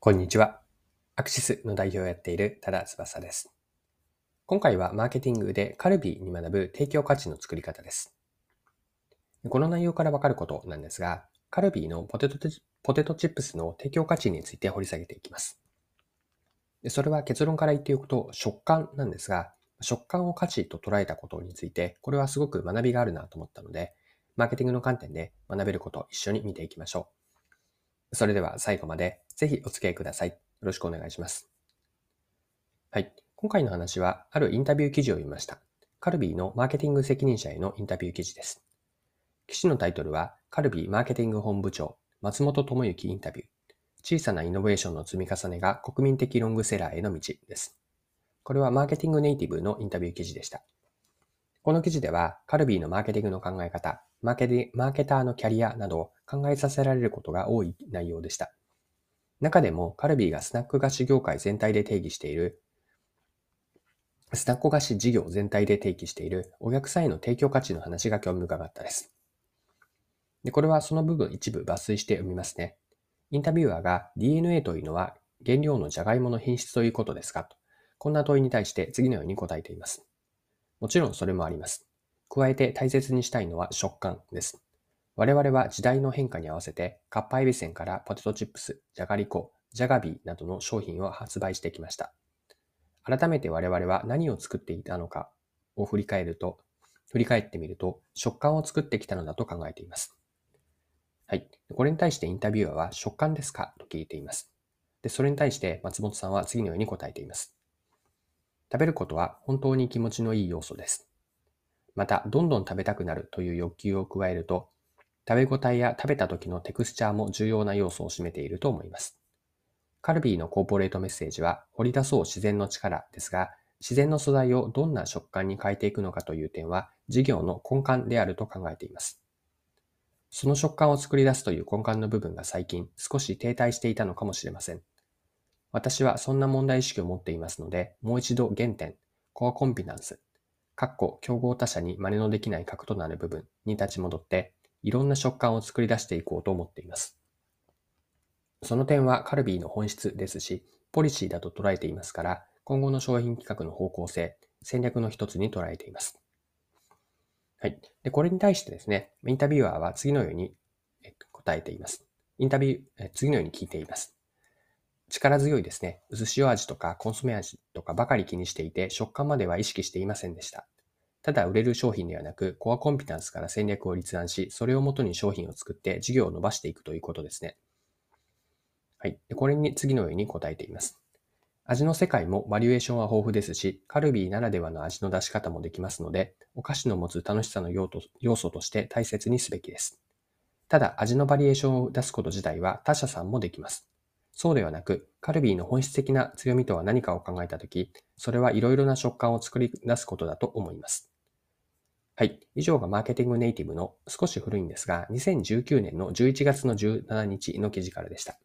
こんにちは。アクシスの代表をやっている多田翼です。今回はマーケティングでカルビーに学ぶ提供価値の作り方です。この内容からわかることなんですが、カルビーのポテトチップスの提供価値について掘り下げていきます。それは結論から言っておくと食感なんですが、食感を価値と捉えたことについて、これはすごく学びがあるなと思ったので、マーケティングの観点で学べることを一緒に見ていきましょう。それでは最後までぜひお付き合いください。よろしくお願いします。はい。今回の話は、あるインタビュー記事を読みました。カルビーのマーケティング責任者へのインタビュー記事です。記事のタイトルは、カルビーマーケティング本部長、松本智之インタビュー。小さなイノベーションの積み重ねが国民的ロングセラーへの道です。これはマーケティングネイティブのインタビュー記事でした。この記事では、カルビーのマーケティングの考え方、マーケターのキャリアなどを考えさせられることが多い内容でした。中でも、カルビーがスナック菓子業界全体で定義しているスナック菓子事業全体で提起しているお客さんへの提供価値の話が興味深かったです。で、これはその部分一部抜粋して読みますね。インタビュアーが DNA というのは原料のジャガイモの品質ということですかと。こんな問いに対して次のように答えています。もちろんそれもあります。加えて大切にしたいのは食感です。我々は時代の変化に合わせて、かっぱえびせんからポテトチップス、じゃがりこ、じゃがビーなどの商品を発売してきました。改めて我々は何を作っていたのかを振り返ってみると、食感を作ってきたのだと考えています。はい。これに対してインタビュアーは食感ですかと聞いています。で、それに対して松本さんは次のように答えています。食べることは本当に気持ちのいい要素です。また、どんどん食べたくなるという欲求を加えると、食べ応えや食べた時のテクスチャーも重要な要素を占めていると思います。カルビーのコーポレートメッセージは、掘り出そう自然の力ですが、自然の素材をどんな食感に変えていくのかという点は、事業の根幹であると考えています。その食感を作り出すという根幹の部分が最近少し停滞していたのかもしれません。私はそんな問題意識を持っていますので、もう一度原点、コアコンピタンス、競合他社に真似のできない核となる部分に立ち戻って、いろんな食感を作り出していこうと思っています。その点はカルビーの本質ですし、ポリシーだと捉えていますから、今後の商品企画の方向性、戦略の一つに捉えています。はい。で、これに対してですね、インタビュアーは次のように答えています。次のように聞いています。力強いですね。薄塩味とかコンソメ味とかばかり気にしていて、食感までは意識していませんでした。ただ売れる商品ではなく、コアコンピタンスから戦略を立案し、それをもとに商品を作って事業を伸ばしていくということですね。はい。これに次のように答えています。味の世界もバリエーションは豊富ですし、カルビーならではの味の出し方もできますので、お菓子の持つ楽しさの要素として大切にすべきです。ただ、味のバリエーションを出すこと自体は他社さんもできます。そうではなく、カルビーの本質的な強みとは何かを考えたとき、それはいろいろな食感を作り出すことだと思います。はい。以上がマーケティングネイティブの少し古いんですが、2019年の11月の17日の記事からでした。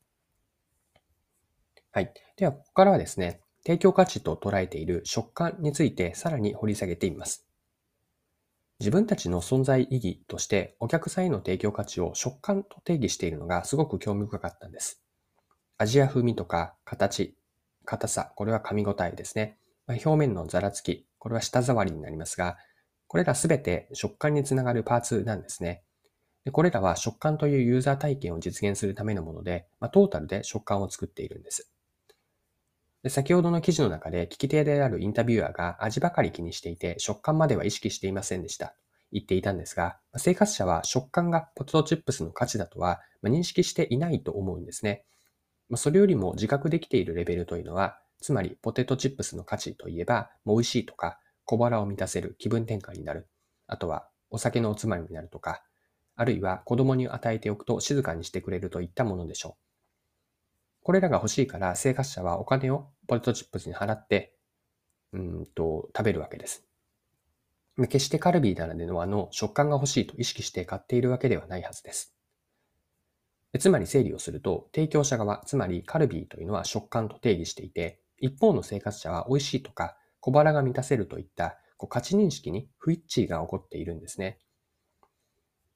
はい。では、ここからはですね、提供価値と捉えている食感についてさらに掘り下げてみます。自分たちの存在意義としてお客さんへの提供価値を食感と定義しているのがすごく興味深かったんです。味や風味とか形、硬さ、これは噛み応えですね。表面のざらつき、これは舌触りになりますが、これらすべて食感につながるパーツなんですね。でこれらは食感というユーザー体験を実現するためのもので、トータルで食感を作っているんです。で先ほどの記事の中で聞き手であるインタビュアーが味ばかり気にしていて食感までは意識していませんでした。言っていたんですが、生活者は食感がポテトチップスの価値だとは認識していないと思うんですね。それよりも自覚できているレベルというのは、つまりポテトチップスの価値といえば、もう美味しいとか、小腹を満たせる気分転換になる。あとはお酒のおつまみになるとか、あるいは子供に与えておくと静かにしてくれるといったものでしょう。これらが欲しいから生活者はお金をポテトチップスに払って食べるわけです。決してカルビーならではの食感が欲しいと意識して買っているわけではないはずです。つまり整理をすると、提供者側、つまりカルビーというのは食感と定義していて、一方の生活者は美味しいとか小腹が満たせるといった価値認識に不一致が起こっているんですね。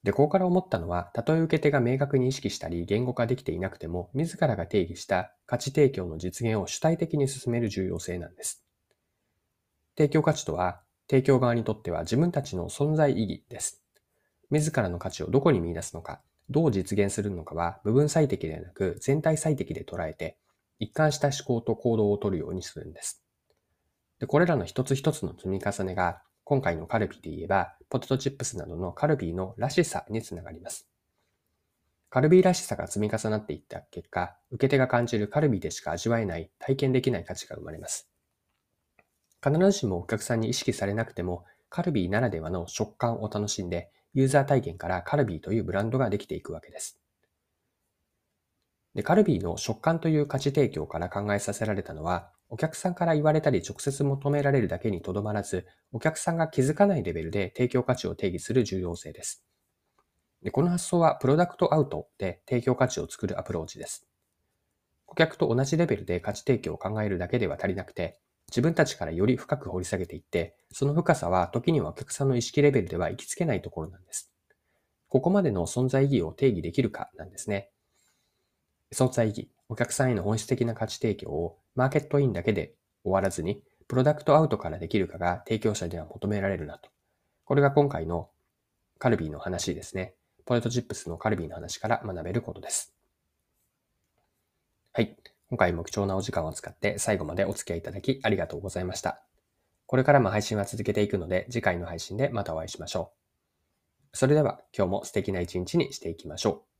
で、ここから思ったのは、たとえ受け手が明確に意識したり言語化できていなくても、自らが定義した価値提供の実現を主体的に進める重要性なんです。提供価値とは、提供側にとっては自分たちの存在意義です。自らの価値をどこに見出すのか、どう実現するのかは部分最適ではなく全体最適で捉えて、一貫した思考と行動をとるようにするんです。で、これらの一つ一つの積み重ねが、今回のカルビーで言えば、ポテトチップスなどのカルビーのらしさにつながります。カルビーらしさが積み重なっていった結果、受け手が感じるカルビーでしか味わえない、体験できない価値が生まれます。必ずしもお客さんに意識されなくても、カルビーならではの食感を楽しんで、ユーザー体験からカルビーというブランドができていくわけです。で、カルビーの食感という価値提供から考えさせられたのは、お客さんから言われたり直接求められるだけにとどまらず、お客さんが気づかないレベルで提供価値を定義する重要性です。で、この発想はプロダクトアウトで提供価値を作るアプローチです。顧客と同じレベルで価値提供を考えるだけでは足りなくて、自分たちからより深く掘り下げていって、その深さは時にはお客さんの意識レベルでは行きつけないところなんです。ここまでの存在意義を定義できるかなんですね。存在意義、お客さんへの本質的な価値提供をマーケットインだけで終わらずに、プロダクトアウトからできるかが提供者には求められるなと。これが今回のカルビーの話ですね。ポテトチップスのカルビーの話から学べることです。はい。今回も貴重なお時間を使って最後までお付き合いいただきありがとうございました。これからも配信は続けていくので、次回の配信でまたお会いしましょう。それでは今日も素敵な一日にしていきましょう。